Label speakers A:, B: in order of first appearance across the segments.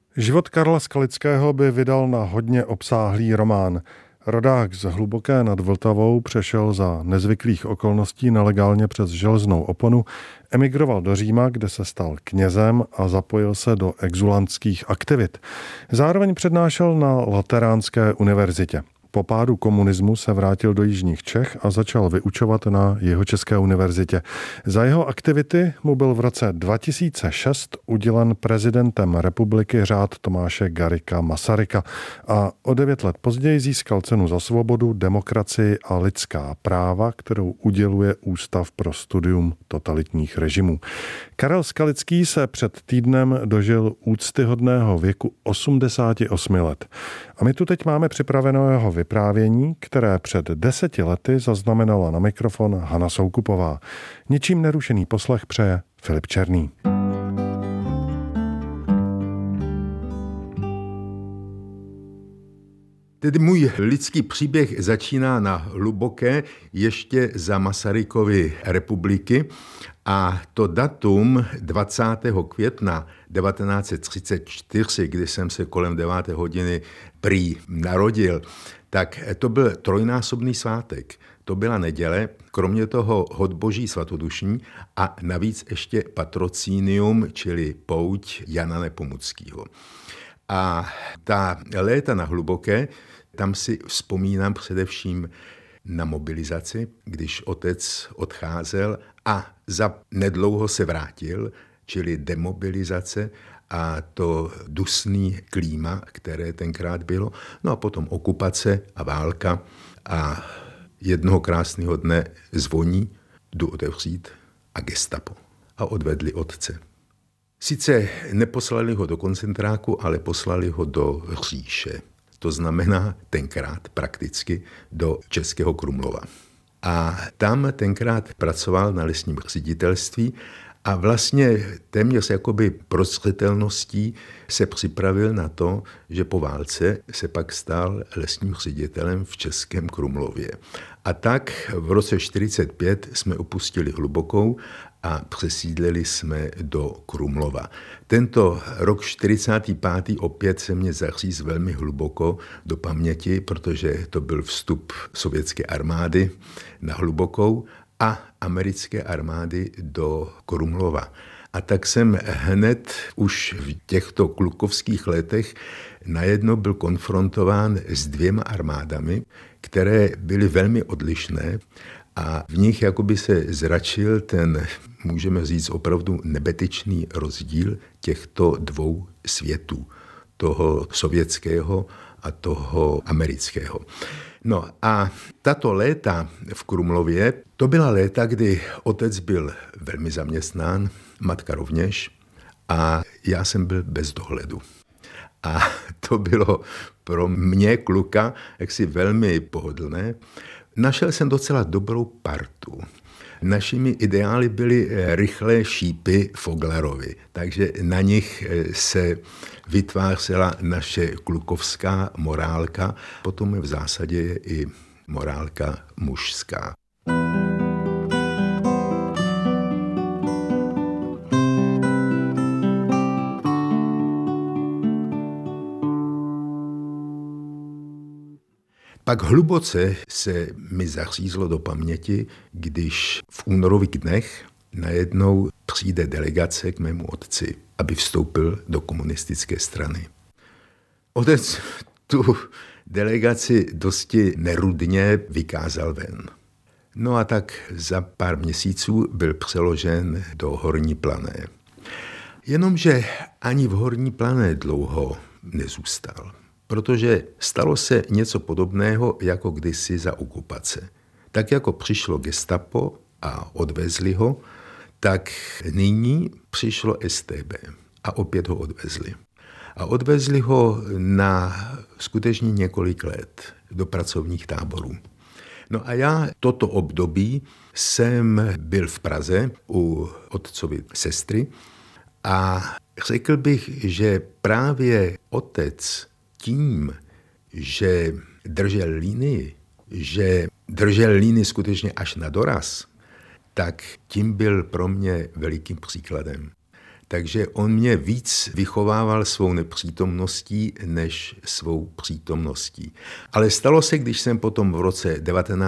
A: Život Karla Skalického by vydal na hodně obsáhlý román. Rodák z Hluboké nad Vltavou přešel za nezvyklých okolností nelegálně přes železnou oponu, emigroval do Říma, kde se stal knězem a zapojil se do exulantských aktivit. Zároveň přednášel na Lateránské univerzitě. Po pádu komunismu se vrátil do jižních Čech a začal vyučovat na Jihočeské univerzitě. Za jeho aktivity mu byl v roce 2006 udělen prezidentem republiky řád Tomáše Garrigua Masaryka a o 9 let později získal cenu za svobodu, demokracii a lidská práva, kterou uděluje Ústav pro studium totalitních režimů. Karel Skalický se před týdnem dožil úctyhodného věku 88 let. A my tu teď máme připraveno jeho vyprávění, které před 10 lety zaznamenala na mikrofon Hana Soukupová. Ničím nerušený poslech přeje Filip Černý.
B: Tedy můj lidský příběh začíná na Hluboké ještě za Masarykovy republiky a to datum 20. května 1934, kdy jsem se kolem 9. hodiny prý narodil, tak to byl trojnásobný svátek. To byla neděle, kromě toho hod Boží svatodušní a navíc ještě patrocínium, čili pouť Jana Nepomuckého. A ta léta na Hluboké, tam si vzpomínám především na mobilizaci, když otec odcházel a za nedlouho se vrátil, čili demobilizace a to dusný klíma, které tenkrát bylo. No a potom okupace a válka a jednoho krásného dne zvoní, jdu otevřít a gestapo. A odvedli otce. Sice neposlali ho do koncentráku, ale poslali ho do Říše. To znamená tenkrát prakticky do Českého Krumlova. A tam tenkrát pracoval na lesním ředitelství a vlastně téměř jakoby prostředitelností se připravil na to, že po válce se pak stal lesním ředitelem v Českém Krumlově. A tak v roce 1945 jsme opustili Hlubokou a přesídlili jsme do Krumlova. Tento rok 45. opět se mě zaříz velmi hluboko do paměti, protože to byl vstup sovětské armády na Hlubokou a americké armády do Krumlova. A tak jsem hned už v těchto klukovských letech najednou byl konfrontován s dvěma armádami, které byly velmi odlišné a v nich jakoby se zračil ten, můžeme říct, opravdu nebetyčný rozdíl těchto dvou světů, toho sovětského a toho amerického. No a tato léta v Krumlově, to byla léta, kdy otec byl velmi zaměstnán, matka rovněž a já jsem byl bez dohledu. A to bylo pro mě, kluka, jaksi velmi pohodlné. Našel jsem docela dobrou partu. Našimi ideály byly rychlé šípy Foglarovi, takže na nich se vytvářela naše klukovská morálka, potom v zásadě je i morálka mužská. Pak hluboce se mi zařízlo do paměti, když v únorových dnech najednou přijde delegace k mému otci, aby vstoupil do komunistické strany. Otec tu delegaci dosti nerudně vykázal ven. No a tak za pár měsíců byl přeložen do Horní Plané. Jenomže ani v Horní Plané dlouho nezůstal. Protože stalo se něco podobného jako kdysi za okupace. Tak jako přišlo gestapo a odvezli ho, tak nyní přišlo StB a opět ho odvezli. A odvezli ho na skutečně několik let do pracovních táborů. No a já toto období jsem byl v Praze u otcovy sestry a řekl bych, že právě otec tím, že držel linii skutečně až na doraz, tak tím byl pro mě velikým příkladem. Takže on mě víc vychovával svou nepřítomností než svou přítomností. Ale stalo se, když jsem potom v roce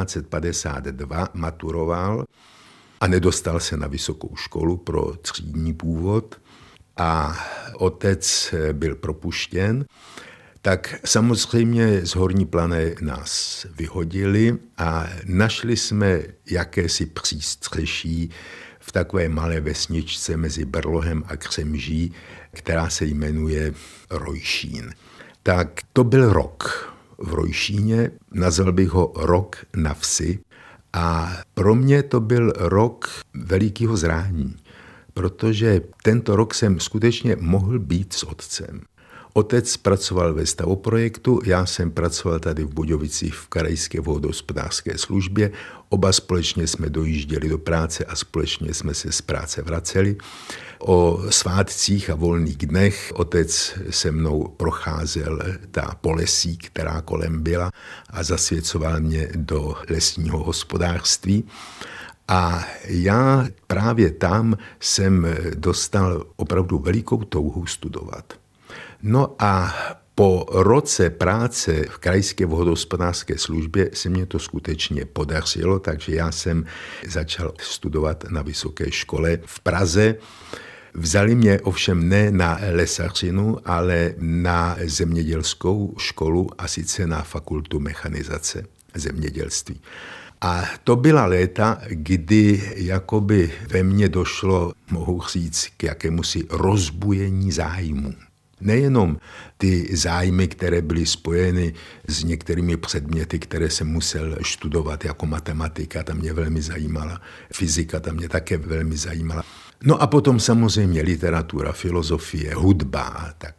B: 1952 maturoval a nedostal se na vysokou školu pro třídní původ a otec byl propuštěn, tak samozřejmě z Horní Plané nás vyhodili a našli jsme jakési přístřeší v takové malé vesničce mezi Brlohem a Křemží, která se jmenuje Rojšín. Tak to byl rok v Rojšíně, nazval bych ho rok na vsi a pro mě to byl rok velikého zrání, protože tento rok jsem skutečně mohl být s otcem. Otec pracoval ve stavoprojektu, já jsem pracoval tady v Budějovicích v krajské vodohospodářské službě. Oba společně jsme dojížděli do práce a společně jsme se z práce vraceli. O svátcích a volných dnech otec se mnou procházel ta polesí, která kolem byla a zasvěcoval mě do lesního hospodářství. A já právě tam jsem dostal opravdu velikou touhu studovat. No a po roce práce v krajské vodohospodářské službě se mě to skutečně podařilo, takže já jsem začal studovat na vysoké škole v Praze. Vzali mě ovšem ne na lesařinu, ale na zemědělskou školu a sice na fakultu mechanizace zemědělství. A to byla léta, kdy jakoby ve mně došlo, mohu říct, k jakémusi rozbujení zájmu. Nejenom ty zájmy, které byly spojeny s některými předměty, které jsem musel studovat, jako matematika, ta mě velmi zajímala, fyzika, ta mě také velmi zajímala. No a potom samozřejmě literatura, filozofie, hudba a tak.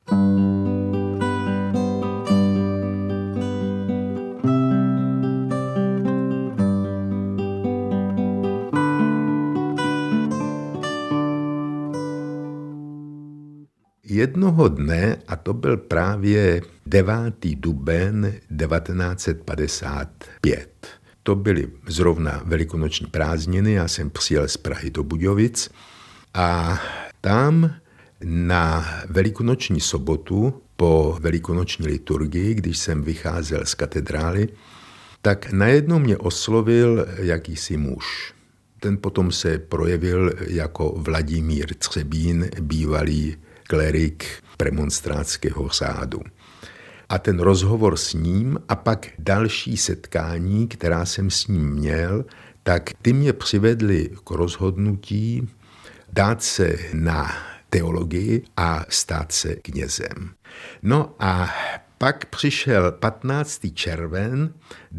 B: Jednoho dne, a to byl právě 9. duben 1955, to byly zrovna velikonoční prázdniny, já jsem přijel z Prahy do Budějovic a tam na velikonoční sobotu po velikonoční liturgii, když jsem vycházel z katedrály, tak najednou mě oslovil jakýsi muž. Ten potom se projevil jako Vladimír Třebín, bývalý klerik premonstrátského řádu. A ten rozhovor s ním a pak další setkání, která jsem s ním měl, tak ty mě přivedly k rozhodnutí dát se na teologii a stát se knězem. No a pak přišel 15. červen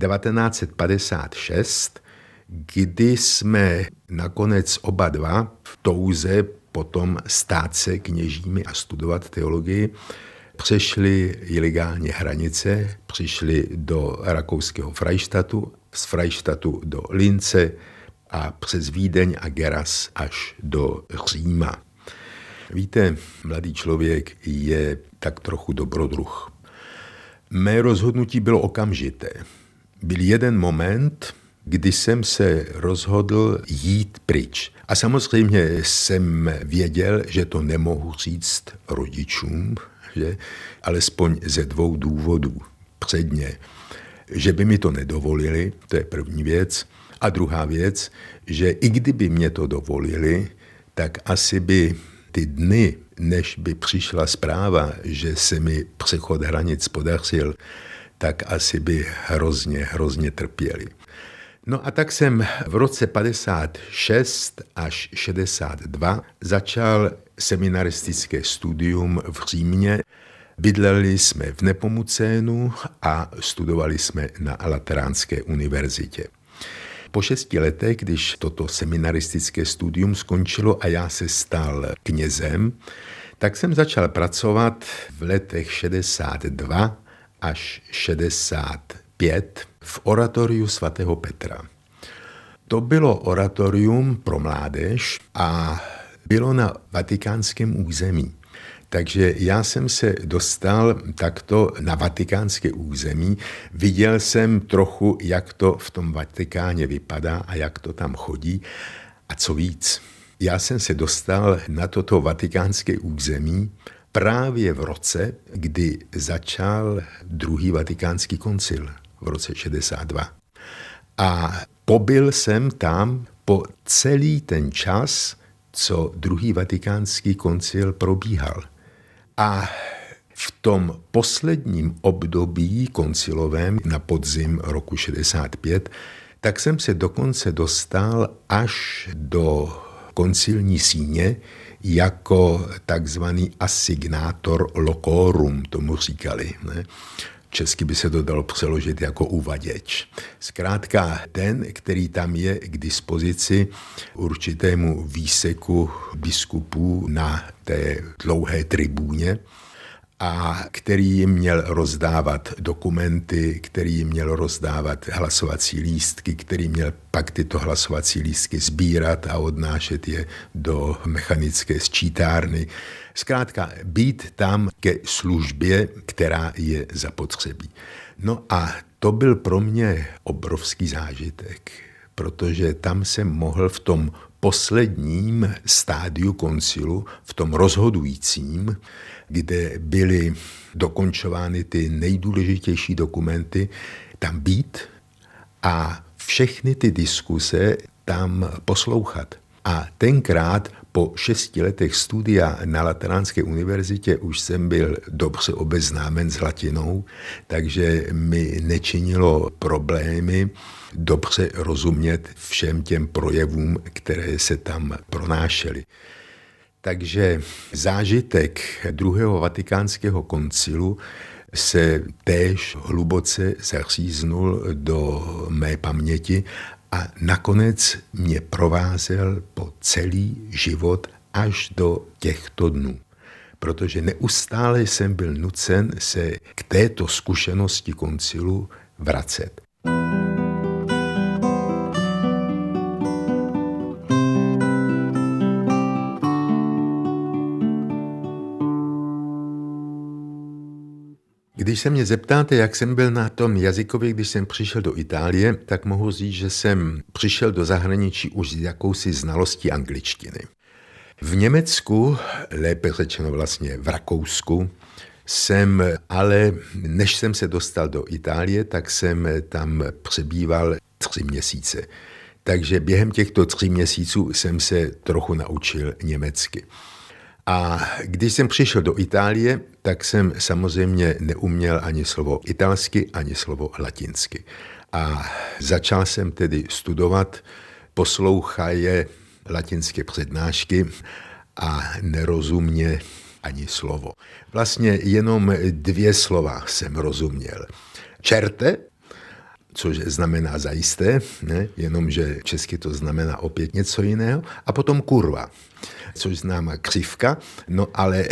B: 1956, kdy jsme nakonec oba dva v touze potom stát se kněžími a studovat teologii, přešli ilegálně hranice, přišli do rakouského Freistatu, z Freistatu do Lince a přes Vídeň a Geras až do Říma. Víte, mladý člověk je tak trochu dobrodruh. Mé rozhodnutí bylo okamžité. Byl jeden moment, kdy jsem se rozhodl jít pryč. A samozřejmě jsem věděl, že to nemohu říct rodičům, že? Alespoň ze 2 důvodů. Předně, že by mi to nedovolili, to je první věc. A druhá věc, že i kdyby mě to dovolili, tak asi by ty dny, než by přišla zpráva, že se mi přechod hranic podařil, tak asi by hrozně trpěli. No a tak jsem v roce 56 až 62 začal seminaristické studium v Římě. Bydleli jsme v Nepomucénu a studovali jsme na Lateránské univerzitě. Po 6 letech, když toto seminaristické studium skončilo a já se stal knězem, tak jsem začal pracovat v letech 62 až 65 v oratoriu svatého Petra. To bylo oratorium pro mládež a bylo na vatikánském území. Takže já jsem se dostal takto na vatikánské území. Viděl jsem trochu, jak to v tom Vatikáně vypadá a jak to tam chodí. A co víc, Já jsem se dostal na toto vatikánské území právě v roce, kdy začal druhý vatikánský koncil v roce 62. A pobyl jsem tam po celý ten čas, co druhý vatikánský koncil probíhal. A v tom posledním období koncilovém na podzim roku 65, tak jsem se dokonce dostal až do koncilní síně jako takzvaný asignátor locorum, tomu říkali. Ne? Česky by se to dalo přeložit jako uvaděč. Zkrátka ten, který tam je k dispozici určitému výseku biskupů na té dlouhé tribúně, a který jim měl rozdávat dokumenty, který jim měl rozdávat hlasovací lístky, který měl pak tyto hlasovací lístky sbírat a odnášet je do mechanické sčítárny. Zkrátka být tam ke službě, která je zapotřebí. No a to byl pro mě obrovský zážitek, protože tam jsem mohl v tom posledním stádiu koncilu, v tom rozhodujícím, kde byly dokončovány ty nejdůležitější dokumenty, tam být a všechny ty diskuse tam poslouchat. A tenkrát po 6 letech studia na Lateránské univerzitě už jsem byl dobře obeznámen s latinou, takže mi nečinilo problémy dobře rozumět všem těm projevům, které se tam pronášely. Takže zážitek druhého vatikánského koncilu se též hluboce zaříznul do mé paměti a nakonec mě provázel po celý život až do těchto dnů. Protože neustále jsem byl nucen se k této zkušenosti koncilu vracet. Když se mě zeptáte, jak jsem byl na tom jazykově, když jsem přišel do Itálie, tak mohu říct, že jsem přišel do zahraničí už s jakousi znalostí angličtiny. V Německu, lépe řečeno vlastně v Rakousku, jsem ale, než jsem se dostal do Itálie, tak jsem tam přebýval 3 měsíce. Takže během těchto 3 měsíců jsem se trochu naučil německy. A když jsem přišel do Itálie, tak jsem samozřejmě neuměl ani slovo italsky, ani slovo latinsky. A začal jsem tedy studovat, poslouchaje latinské přednášky a nerozumě ani slovo. Vlastně jenom 2 slova jsem rozuměl. Certe, což znamená zajisté, ne? Jenomže česky to znamená opět něco jiného, a potom kurva, což znamená křivka, no ale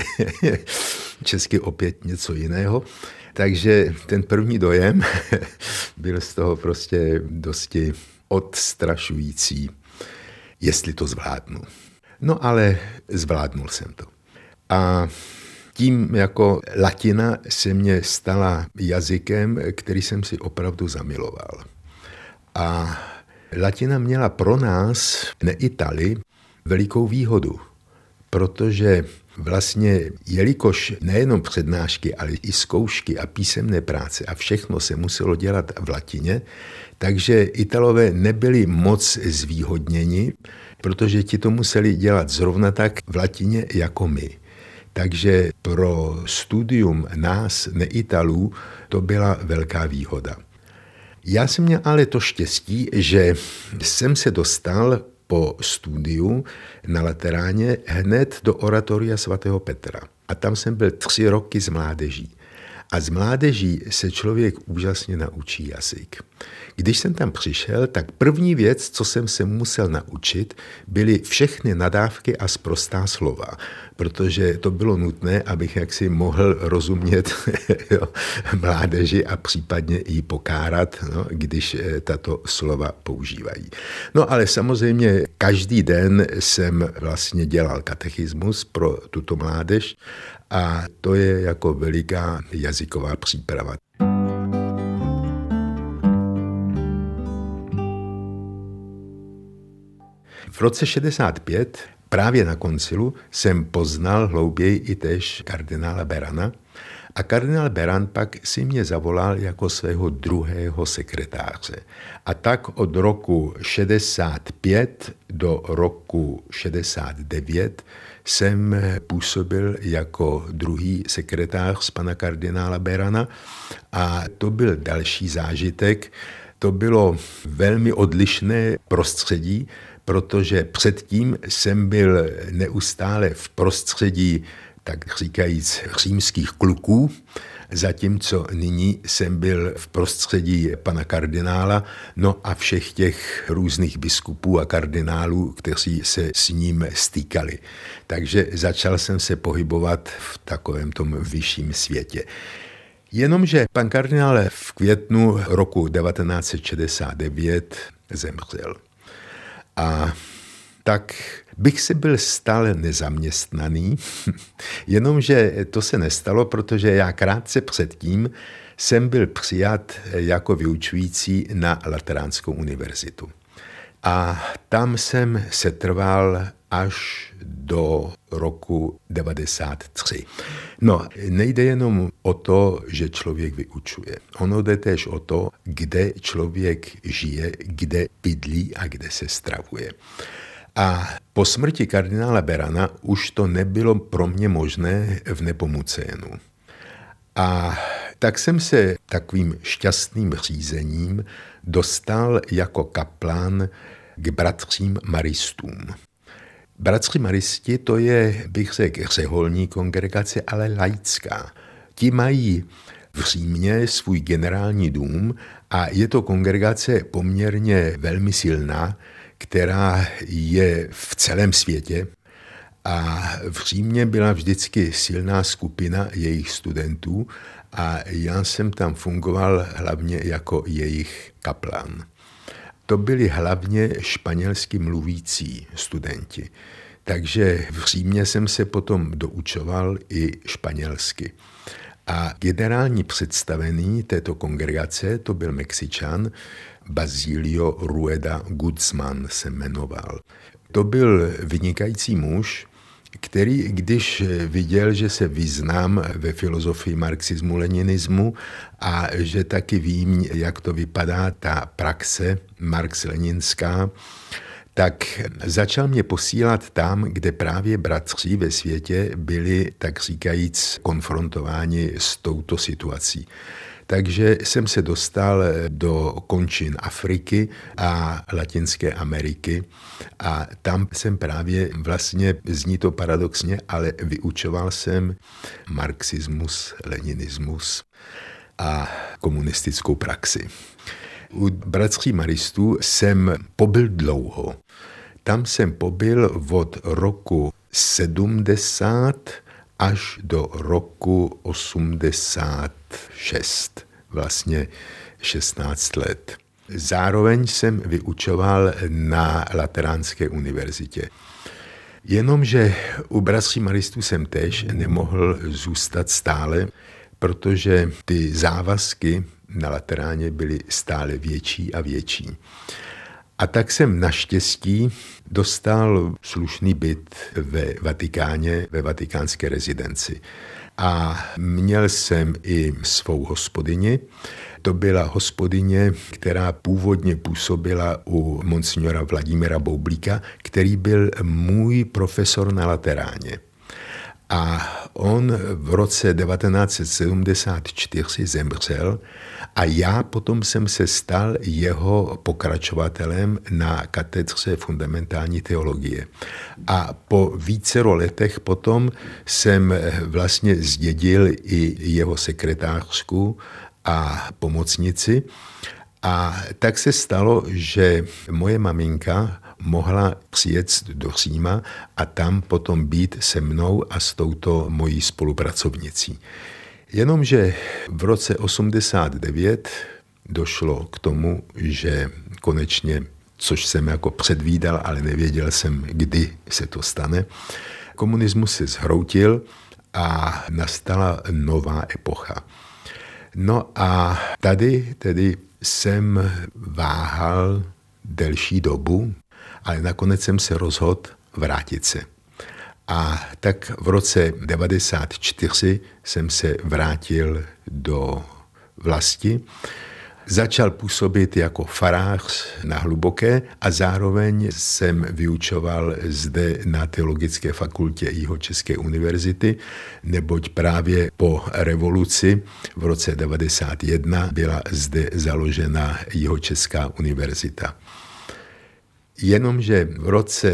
B: česky opět něco jiného. Takže ten první dojem byl z toho prostě dosti odstrašující, jestli to zvládnu. No ale zvládnul jsem to. A tím jako latina se mě stala jazykem, který jsem si opravdu zamiloval. A latina měla pro nás, neitali, velikou výhodu, protože vlastně, jelikož nejenom přednášky, ale i zkoušky a písemné práce a všechno se muselo dělat v latině, takže Italové nebyli moc zvýhodněni, protože ti to museli dělat zrovna tak v latině jako my. Takže pro studium nás, neitalů, to byla velká výhoda. Já jsem měl ale to štěstí, že jsem se dostal po studiu na Lateráně hned do oratoria svatého Petra. A tam jsem byl 3 roky s mládeží. A z mládeží se člověk úžasně naučí jazyk. Když jsem tam přišel, tak první věc, co jsem se musel naučit, byly všechny nadávky a sprostá slova, protože to bylo nutné, abych jaksi mohl rozumět mládeži a případně ji pokárat, když tato slova používají. No ale samozřejmě každý den jsem vlastně dělal katechismus pro tuto mládež a to je jako veliká jazyková příprava. V roce 65 právě na koncilu jsem poznal hlouběji i též kardinála Berana a kardinál Beran pak si mě zavolal jako svého druhého sekretáře. A tak od roku 65 do roku 69 jsem působil jako druhý sekretář pana kardinála Berana a to byl další zážitek. To bylo velmi odlišné prostředí, protože předtím jsem byl neustále v prostředí, tak říkajíc, římských kluků, zatímco nyní jsem byl v prostředí pana kardinála, no a všech těch různých biskupů a kardinálů, kteří se s ním stýkali. Takže začal jsem se pohybovat v takovém tom vyšším světě. Jenomže pan kardinál v květnu roku 1969 zemřel. A tak bych se byl stále nezaměstnaný, jenomže to se nestalo, protože já krátce předtím jsem byl přijat jako vyučující na Lateránskou univerzitu. A tam jsem setrval až do roku 93. No, nejde jenom o to, že člověk vyučuje. Ono jde též o to, kde člověk žije, kde bydlí a kde se stravuje. A po smrti kardinála Berana už to nebylo pro mě možné v Nepomucénu. A tak jsem se takovým šťastným řízením dostal jako kaplán k bratřím maristům. Bratři maristi, to je, bych řekl, řeholní kongregace, ale laická. Ti mají v Římě svůj generální dům a je to kongregace poměrně velmi silná, která je v celém světě. A v Římě byla vždycky silná skupina jejich studentů a já jsem tam fungoval hlavně jako jejich kaplán. To byli hlavně španělsky mluvící studenti. Takže v Římě jsem se potom doučoval i španělsky. A generální představený této kongregace, to byl Mexičan, Basilio Rueda Guzmán se jmenoval. To byl vynikající muž, který, když viděl, že se vyznám ve filozofii marxismu, leninismu a že taky vím, jak to vypadá ta praxe marx-leninská, tak začal mě posílat tam, kde právě bratři ve světě byli, tak říkajíc, konfrontováni s touto situací. Takže jsem se dostal do končin Afriky a Latinské Ameriky a tam jsem právě vlastně, zní to paradoxně, ale vyučoval jsem marxismus, leninismus a komunistickou praxi. U bratří maristů jsem pobyl dlouho. Tam jsem pobyl od roku 70 až do roku 86, vlastně 16 let. Zároveň jsem vyučoval na Lateránské univerzitě. Jenomže u bratří maristů jsem též nemohl zůstat stále, protože ty závazky na Lateráně byly stále větší a větší. A tak jsem naštěstí dostal slušný byt ve Vatikáně, ve vatikánské rezidenci. A měl jsem i svou hospodyni. To byla hospodyně, která původně působila u monsignora Vladimira Boublíka, který byl můj profesor na Lateráně. A on v roce 1974 zemřel a já potom jsem se stal jeho pokračovatelem na katedře fundamentální teologie. A po vícero letech potom jsem vlastně zdědil i jeho sekretářku a pomocnici. A tak se stalo, že moje maminka mohla přijet do Říma a tam potom být se mnou a s touto mojí spolupracovnicí. Jenomže v roce 89 došlo k tomu, že konečně, což jsem jako předvídal, ale nevěděl jsem, kdy se to stane, komunismus se zhroutil a nastala nová epocha. No a tady tedy jsem váhal delší dobu ale nakonec jsem se rozhodl vrátit se. A tak v roce 1994 jsem se vrátil do vlasti. Začal působit jako farář na Hluboké a zároveň jsem vyučoval zde na Teologické fakultě Jihočeské univerzity, neboť právě po revoluci v roce 1991 byla zde založena Jihočeská univerzita. Jenomže v roce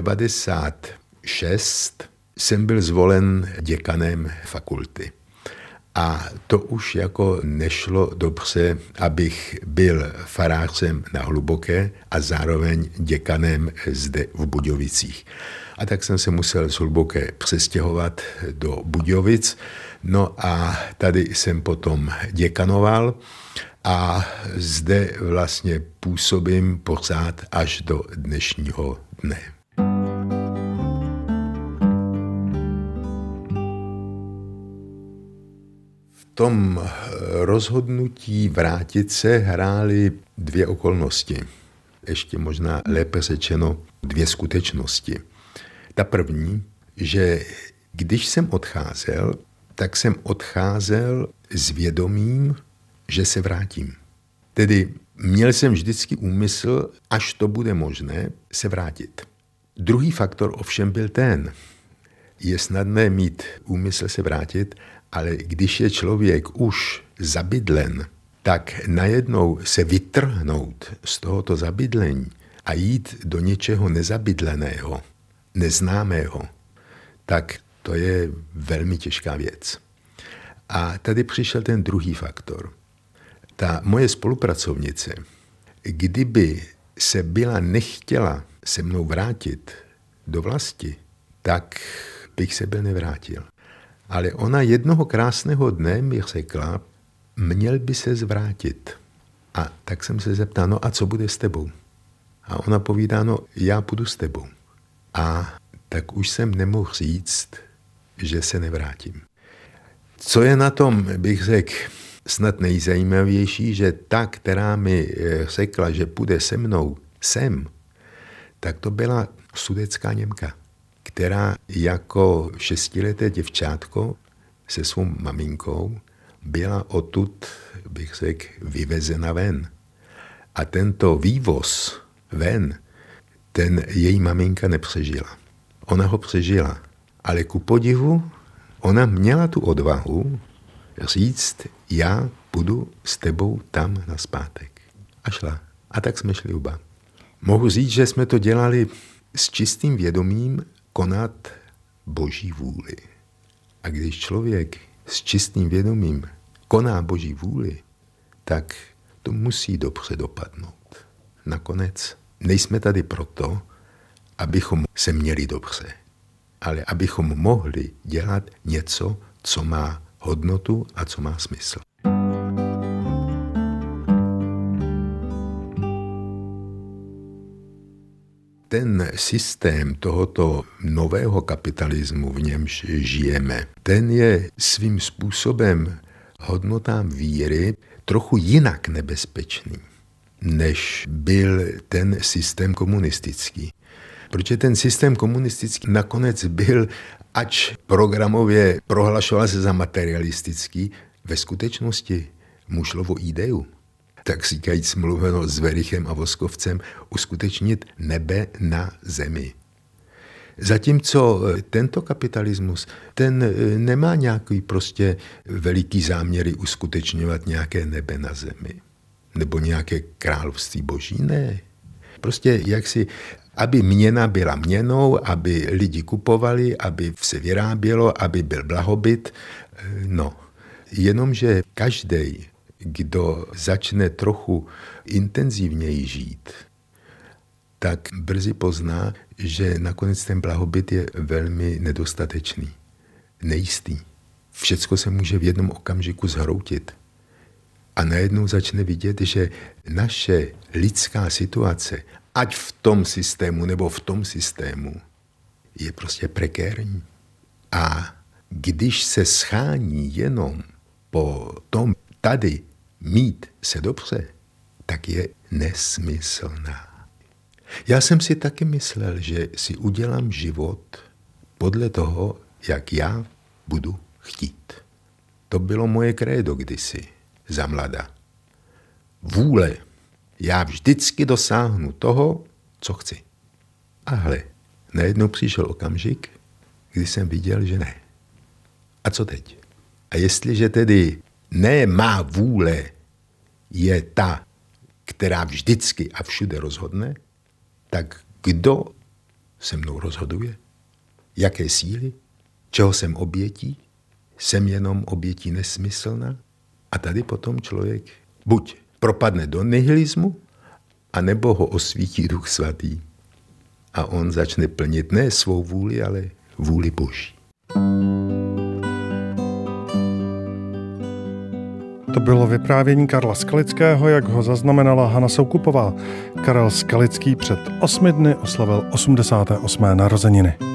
B: 1996 jsem byl zvolen děkanem fakulty. A to už jako nešlo dobře, abych byl farářem na Hluboké a zároveň děkanem zde v Budějovicích. A tak jsem se musel z Hluboké přestěhovat do Budějovic. No a tady jsem potom děkanoval a zde vlastně působím pořád až do dnešního dne. V tom rozhodnutí vrátit se hrály dvě okolnosti. Ještě možná lépe řečeno dvě skutečnosti. Ta první, že když jsem odcházel, tak jsem odcházel s vědomím, že se vrátím. Tedy měl jsem vždycky úmysl, až to bude možné, se vrátit. Druhý faktor ovšem byl ten. Je snadné mít úmysl se vrátit, ale když je člověk už zabydlen, tak najednou se vytrhnout z tohoto zabydlení a jít do něčeho nezabydleného, neznámého, tak to je velmi těžká věc. A tady přišel ten druhý faktor. Ta moje spolupracovnice, kdyby se byla nechtěla se mnou vrátit do vlasti, tak bych se byl nevrátil. Ale ona jednoho krásného dne mi řekla, měl by se zvrátit. A tak jsem se zeptal, no a co bude s tebou? A ona povídá, no já půjdu s tebou. A tak už jsem nemohl říct, že se nevrátím. Co je na tom, bych řekl, snad nejzajímavější, že ta, která mi řekla, že půjde se mnou sem, tak to byla sudetská Němka, která jako 6leté děvčátko se svou maminkou byla odtud, bych řekl, vyvezena ven. A tento vývoz ven, ten její maminka nepřežila. Ona ho přežila, ale ku podivu, ona měla tu odvahu říct, já půjdu s tebou tam nazpátek. A šla. A tak jsme šli oba. Mohu říct, že jsme to dělali s čistým vědomím konat Boží vůli. A když člověk s čistým vědomím koná Boží vůli, tak to musí dobře dopadnout. Nakonec nejsme tady proto, abychom se měli dobře, ale abychom mohli dělat něco, co má hodnotu a co má smysl. Ten systém tohoto nového kapitalismu, v němž žijeme, ten je svým způsobem hodnotám víry trochu jinak nebezpečný, než byl ten systém komunistický. Protože ten systém komunistický nakonec byl, ač programově prohlašoval se za materialistický, ve skutečnosti mu šlo o ideu. Tak říkajíc mluveno s Werichem a Voskovcem, uskutečnit nebe na zemi. Zatímco tento kapitalismus, ten nemá nějaký prostě veliký záměry uskutečňovat nějaké nebe na zemi. Nebo nějaké království boží, ne. Prostě jaksi, aby měna byla měnou, aby lidi kupovali, aby se vyrábělo, aby byl blahobyt. No, jenomže každý, kdo začne trochu intenzivněji žít, tak brzy pozná, že nakonec ten blahobyt je velmi nedostatečný, nejistý. Všecko se může v jednom okamžiku zhroutit. A najednou začne vidět, že naše lidská situace, ať v tom systému nebo v tom systému, je prostě prekérní. A když se schání jenom po tom tady mít se dobře, tak je nesmyslná. Já jsem si taky myslel, že si udělám život podle toho, jak já budu chtít. To bylo moje krédo kdysi, za mlada. Vůle. Já vždycky dosáhnu toho, co chci. A hle, najednou přišel okamžik, kdy jsem viděl, že ne. A co teď? A jestliže tedy ne má vůle je ta, která vždycky a všude rozhodne, tak kdo se mnou rozhoduje? Jaké síly? Čeho jsem obětí? Jsem jenom obětí nesmyslná? A tady potom člověk buď propadne do nihilismu, anebo ho osvítí Duch Svatý. A on začne plnit ne svou vůli, ale vůli Boží.
A: To bylo vyprávění Karla Skalického, jak ho zaznamenala Hana Soukupová. Karel Skalický před 8 dny oslavil 88. narozeniny.